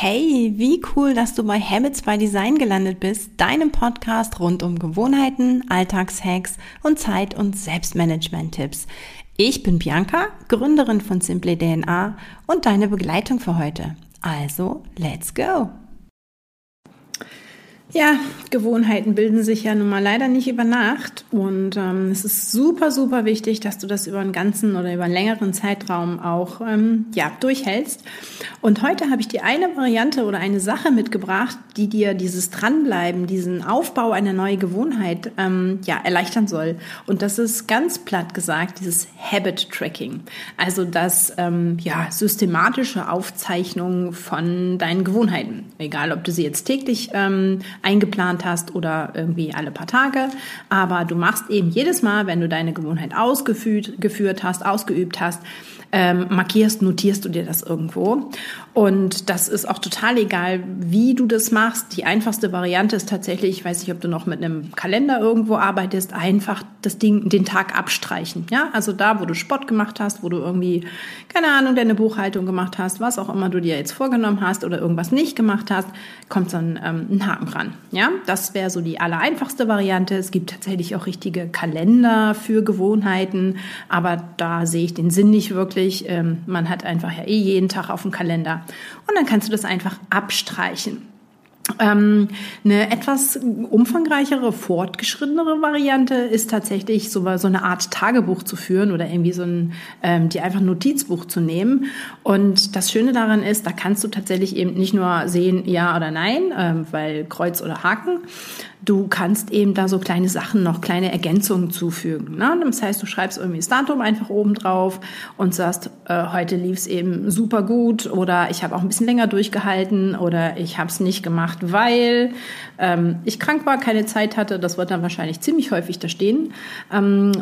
Hey, wie cool, dass du bei Habits by Design gelandet bist, deinem Podcast rund um Gewohnheiten, Alltagshacks und Zeit- und Selbstmanagement-Tipps. Ich bin Bianca, Gründerin von Simply DNA und deine Begleitung für heute. Also, let's go! Ja, Gewohnheiten bilden sich ja nun mal leider nicht über Nacht und es ist super, super wichtig, dass du das über einen ganzen oder über einen längeren Zeitraum auch durchhältst. Und heute habe ich dir eine Variante oder eine Sache mitgebracht, die dir dieses Dranbleiben, diesen Aufbau einer neuen Gewohnheit erleichtern soll. Und das ist ganz platt gesagt dieses Habit Tracking, also das systematische Aufzeichnung von deinen Gewohnheiten, egal ob du sie jetzt täglich eingeplant hast oder irgendwie alle paar Tage. Aber du machst eben jedes Mal, wenn du deine Gewohnheit ausgeübt hast, notierst du dir das irgendwo. Und das ist auch total egal, wie du das machst. Die einfachste Variante ist tatsächlich, ich weiß nicht, ob du noch mit einem Kalender irgendwo arbeitest, einfach den Tag abstreichen. Ja, also da, wo du Sport gemacht hast, wo du irgendwie, keine Ahnung, deine Buchhaltung gemacht hast, was auch immer du dir jetzt vorgenommen hast oder irgendwas nicht gemacht hast, kommt dann ein Haken dran. Ja, das wäre so die allereinfachste Variante. Es gibt tatsächlich auch richtige Kalender für Gewohnheiten, aber da sehe ich den Sinn nicht wirklich. Man hat einfach ja jeden Tag auf dem Kalender und dann kannst du das einfach abstreichen. Eine etwas umfangreichere, fortgeschrittenere Variante ist tatsächlich so eine Art Tagebuch zu führen oder irgendwie dir einfach ein Notizbuch zu nehmen. Und das Schöne daran ist, da kannst du tatsächlich eben nicht nur sehen, ja oder nein, weil Kreuz oder Haken. Du kannst eben da so kleine Sachen noch, kleine Ergänzungen zufügen. Ne? Das heißt, du schreibst irgendwie das Datum einfach oben drauf und sagst, heute lief es eben super gut oder ich habe auch ein bisschen länger durchgehalten oder ich habe es nicht gemacht, weil ich krank war, keine Zeit hatte. Das wird dann wahrscheinlich ziemlich häufig da stehen. Da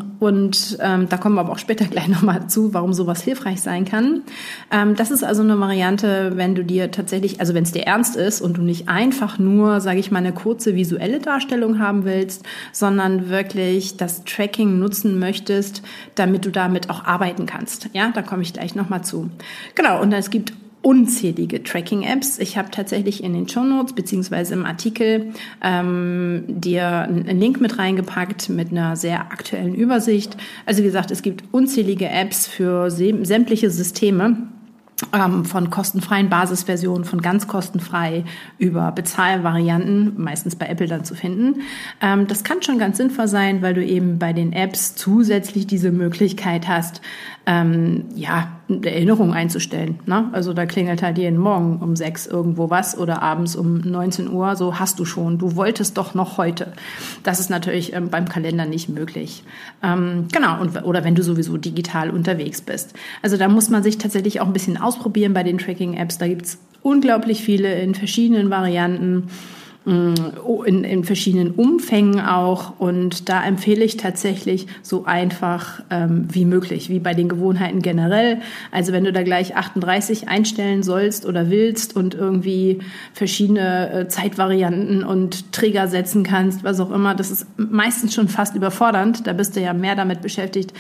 kommen wir aber auch später gleich nochmal zu, warum sowas hilfreich sein kann. Das ist also eine Variante, wenn du dir tatsächlich, also wenn es dir ernst ist und du nicht einfach nur, sage ich mal, eine kurze visuelle Darstellung haben willst, sondern wirklich das Tracking nutzen möchtest, damit du damit auch arbeiten kannst. Ja, da komme ich gleich nochmal zu. Genau, und es gibt unzählige Tracking-Apps. Ich habe tatsächlich in den Shownotes beziehungsweise im Artikel dir einen Link mit reingepackt mit einer sehr aktuellen Übersicht. Also wie gesagt, es gibt unzählige Apps für sämtliche Systeme. Von kostenfreien Basisversionen, von ganz kostenfrei über Bezahlvarianten, meistens bei Apple dann zu finden. Das kann schon ganz sinnvoll sein, weil du eben bei den Apps zusätzlich diese Möglichkeit hast, eine Erinnerung einzustellen. Ne? Also da klingelt halt jeden Morgen um 6 irgendwo was oder abends um 19 Uhr, so hast du schon. Du wolltest doch noch heute. Das ist natürlich beim Kalender nicht möglich. Oder wenn du sowieso digital unterwegs bist. Also da muss man sich tatsächlich auch ein bisschen ausprobieren bei den Tracking-Apps. Da gibt's unglaublich viele in verschiedenen Varianten, in verschiedenen Umfängen auch. Und da empfehle ich tatsächlich so einfach wie möglich, wie bei den Gewohnheiten generell. Also wenn du da gleich 38 einstellen sollst oder willst und irgendwie verschiedene Zeitvarianten und Trigger setzen kannst, was auch immer, das ist meistens schon fast überfordernd. Da bist du ja mehr damit beschäftigt,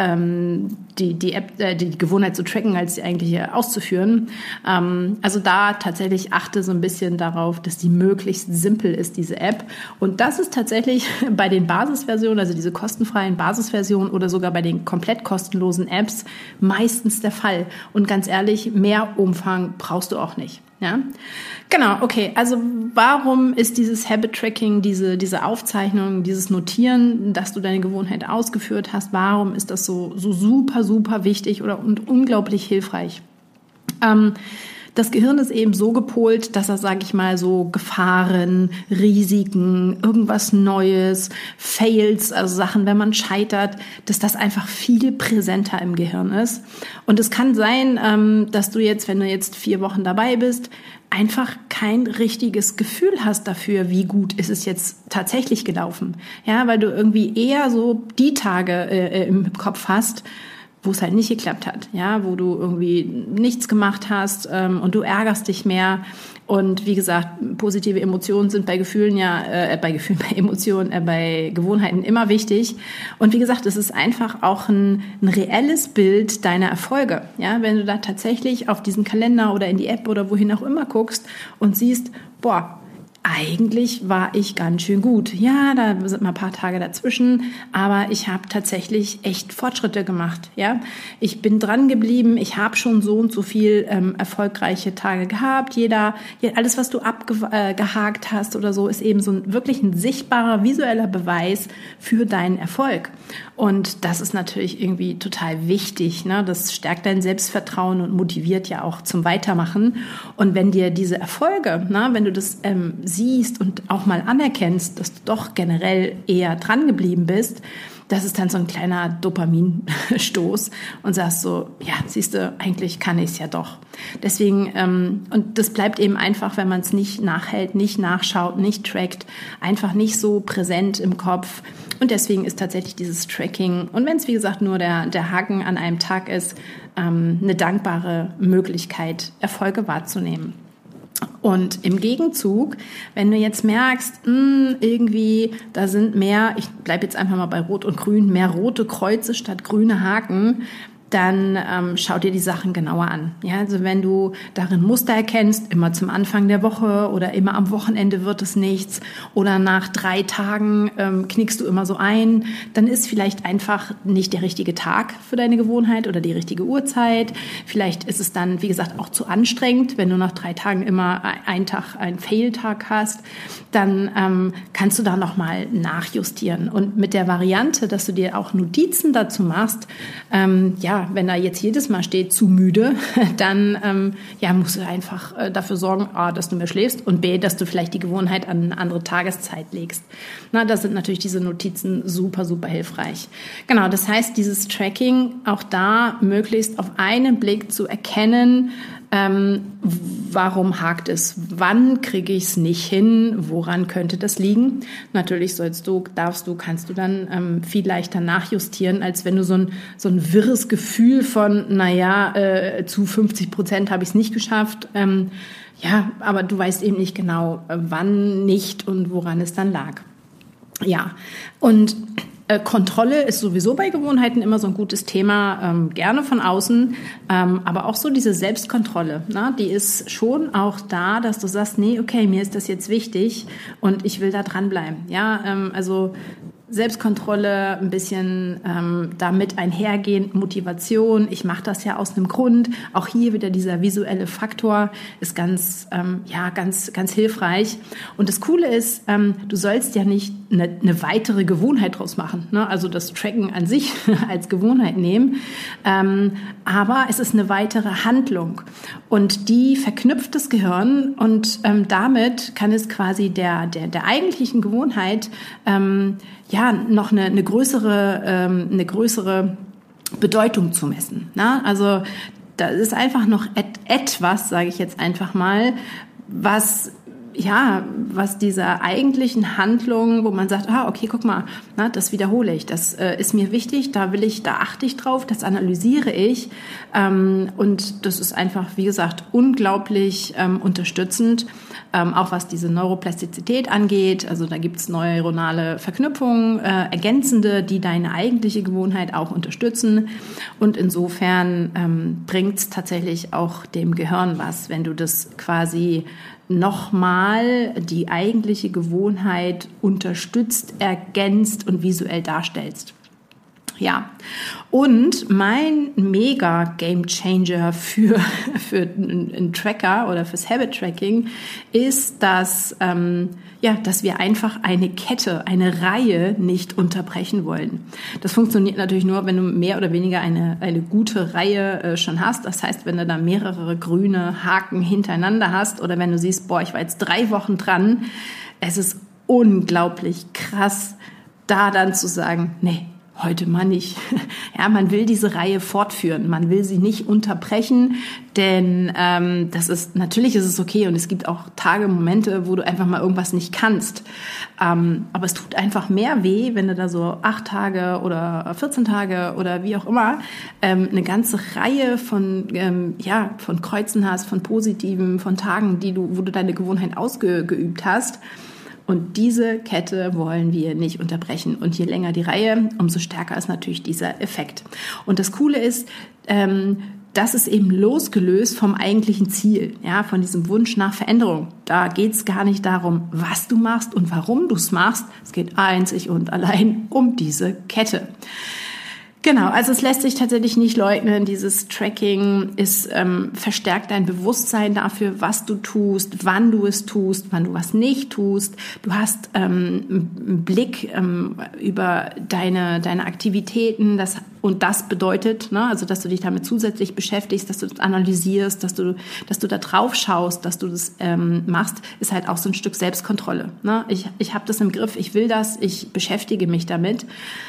die App, die Gewohnheit zu tracken, als sie eigentlich auszuführen. Also da tatsächlich achte so ein bisschen darauf, dass die möglichst simpel ist, diese App. Und das ist tatsächlich bei den Basisversionen, also diese kostenfreien Basisversionen oder sogar bei den komplett kostenlosen Apps meistens der Fall. Und ganz ehrlich, mehr Umfang brauchst du auch nicht. Ja, genau, okay. Also warum ist dieses Habit-Tracking, diese Aufzeichnung, dieses Notieren, dass du deine Gewohnheit ausgeführt hast, warum ist das so super, super wichtig und unglaublich hilfreich? Das Gehirn ist eben so gepolt, dass er, sage ich mal, so Gefahren, Risiken, irgendwas Neues, Fails, also Sachen, wenn man scheitert, dass das einfach viel präsenter im Gehirn ist. Und es kann sein, dass du jetzt, wenn du jetzt 4 Wochen dabei bist, einfach kein richtiges Gefühl hast dafür, wie gut ist es jetzt tatsächlich gelaufen. Ja, weil du irgendwie eher so die Tage im Kopf hast, wo es halt nicht geklappt hat, ja, wo du irgendwie nichts gemacht hast und du ärgerst dich mehr. Und wie gesagt, positive Emotionen sind bei bei Gewohnheiten immer wichtig. Und wie gesagt, es ist einfach auch ein reelles Bild deiner Erfolge. Ja, wenn du da tatsächlich auf diesen Kalender oder in die App oder wohin auch immer guckst und siehst, boah, eigentlich war ich ganz schön gut. Ja, da sind mal ein paar Tage dazwischen, aber ich habe tatsächlich echt Fortschritte gemacht. Ja, ich bin dran geblieben. Ich habe schon so und so viel erfolgreiche Tage gehabt. Alles, was du abgehakt hast oder so, ist eben so wirklich ein sichtbarer visueller Beweis für deinen Erfolg. Und das ist natürlich irgendwie total wichtig, ne? Das stärkt dein Selbstvertrauen und motiviert ja auch zum Weitermachen. Und wenn dir diese Erfolge, ne, wenn du das siehst und auch mal anerkennst, dass du doch generell eher dran geblieben bist, das ist dann so ein kleiner Dopaminstoß und sagst so, ja, siehst du, eigentlich kann ich es ja doch. Deswegen, und das bleibt eben einfach, wenn man es nicht nachhält, nicht nachschaut, nicht trackt, einfach nicht so präsent im Kopf. Und deswegen ist tatsächlich dieses Tracking, und wenn es wie gesagt nur der Haken an einem Tag ist, eine dankbare Möglichkeit, Erfolge wahrzunehmen. Und im Gegenzug, wenn du jetzt merkst, irgendwie, da sind mehr, ich bleibe jetzt einfach mal bei Rot und Grün, mehr rote Kreuze statt grüne Haken, dann schau dir die Sachen genauer an. Ja, also wenn du darin Muster erkennst, immer zum Anfang der Woche oder immer am Wochenende wird es nichts oder nach 3 Tagen knickst du immer so ein, dann ist vielleicht einfach nicht der richtige Tag für deine Gewohnheit oder die richtige Uhrzeit. Vielleicht ist es dann, wie gesagt, auch zu anstrengend, wenn du nach 3 Tagen immer einen Fail-Tag hast, dann kannst du da nochmal nachjustieren. Und mit der Variante, dass du dir auch Notizen dazu machst, wenn da jetzt jedes Mal steht, zu müde, dann musst du einfach dafür sorgen, A, dass du mehr schläfst und B, dass du vielleicht die Gewohnheit an eine andere Tageszeit legst. Na, da sind natürlich diese Notizen super, super hilfreich. Genau, das heißt, dieses Tracking, auch da möglichst auf einen Blick zu erkennen, warum hakt es? Wann kriege ich es nicht hin? Woran könnte das liegen? Natürlich kannst du dann viel leichter nachjustieren, als wenn du so ein wirres Gefühl von, zu 50% habe ich es nicht geschafft. Aber du weißt eben nicht genau, wann nicht und woran es dann lag. Ja, und Kontrolle ist sowieso bei Gewohnheiten immer so ein gutes Thema, gerne von außen, aber auch so diese Selbstkontrolle, ne? Die ist schon auch da, dass du sagst, nee, okay, mir ist das jetzt wichtig und ich will da dranbleiben. Ja, also Selbstkontrolle, ein bisschen damit einhergehend Motivation. Ich mache das ja aus einem Grund. Auch hier wieder dieser visuelle Faktor ist ganz hilfreich. Und das Coole ist, du sollst ja nicht eine weitere Gewohnheit draus machen, ne? Also das Tracken an sich als Gewohnheit nehmen. Aber es ist eine weitere Handlung. Und die verknüpft das Gehirn und damit kann es quasi der eigentlichen Gewohnheit noch eine größere Bedeutung zu messen. Ne? Also da ist einfach noch etwas, sage ich jetzt einfach mal, was dieser eigentlichen Handlung, wo man sagt, okay, guck mal, das wiederhole ich, das ist mir wichtig, da achte ich drauf, das analysiere ich, und das ist einfach, wie gesagt, unglaublich unterstützend, auch was diese Neuroplastizität angeht. Also da gibt's neuronale Verknüpfungen, ergänzende, die deine eigentliche Gewohnheit auch unterstützen, und insofern bringt's tatsächlich auch dem Gehirn was, wenn du das quasi nochmal die eigentliche Gewohnheit unterstützt, ergänzt und visuell darstellst. Ja, und mein mega Game Changer für einen Tracker oder fürs Habit Tracking ist, dass wir einfach eine Kette, eine Reihe nicht unterbrechen wollen. Das funktioniert natürlich nur, wenn du mehr oder weniger eine gute Reihe schon hast. Das heißt, wenn du da mehrere grüne Haken hintereinander hast oder wenn du siehst, ich war jetzt 3 Wochen dran, es ist unglaublich krass, da dann zu sagen, nee, heute mal nicht. Ja, man will diese Reihe fortführen, man will sie nicht unterbrechen, denn natürlich ist es okay und es gibt auch Tage, Momente, wo du einfach mal irgendwas nicht kannst. Aber es tut einfach mehr weh, wenn du da so 8 Tage oder 14 Tage oder wie auch immer eine ganze Reihe von Kreuzen hast, von positiven, von Tagen, wo du deine Gewohnheit ausgeübt hast. Und diese Kette wollen wir nicht unterbrechen. Und je länger die Reihe, umso stärker ist natürlich dieser Effekt. Und das Coole ist, das ist eben losgelöst vom eigentlichen Ziel, ja, von diesem Wunsch nach Veränderung. Da geht's gar nicht darum, was du machst und warum du es machst. Es geht einzig und allein um diese Kette. Genau, also es lässt sich tatsächlich nicht leugnen, dieses Tracking verstärkt dein Bewusstsein dafür, was du tust, wann du es tust, wann du was nicht tust. Du hast einen Blick über deine Aktivitäten, das bedeutet, ne, also dass du dich damit zusätzlich beschäftigst, dass du das analysierst, dass du da drauf schaust, dass du das machst, ist halt auch so ein Stück Selbstkontrolle. Ne? Ich habe das im Griff, ich will das, ich beschäftige mich damit.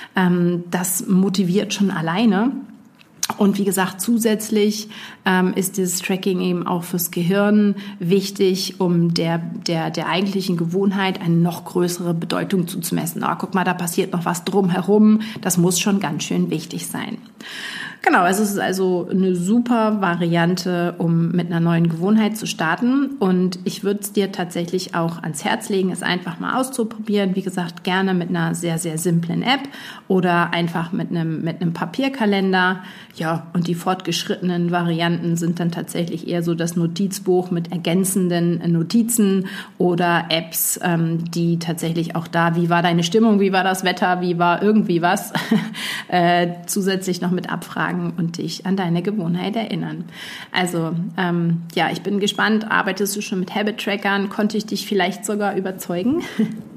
Das motiviert schon alleine. Und wie gesagt, zusätzlich ist dieses Tracking eben auch fürs Gehirn wichtig, um der eigentlichen Gewohnheit eine noch größere Bedeutung zuzumessen. Guck mal, da passiert noch was drumherum. Das muss schon ganz schön wichtig sein. Genau, also es ist also eine super Variante, um mit einer neuen Gewohnheit zu starten. Und ich würde es dir tatsächlich auch ans Herz legen, es einfach mal auszuprobieren. Wie gesagt, gerne mit einer sehr, sehr simplen App oder einfach mit einem Papierkalender. Ja, und die fortgeschrittenen Varianten sind dann tatsächlich eher so das Notizbuch mit ergänzenden Notizen oder Apps, die tatsächlich auch da, wie war deine Stimmung, wie war das Wetter, wie war irgendwie was, zusätzlich noch mit Abfragen und dich an deine Gewohnheit erinnern. Also ich bin gespannt, arbeitest du schon mit Habit-Trackern? Konnte ich dich vielleicht sogar überzeugen?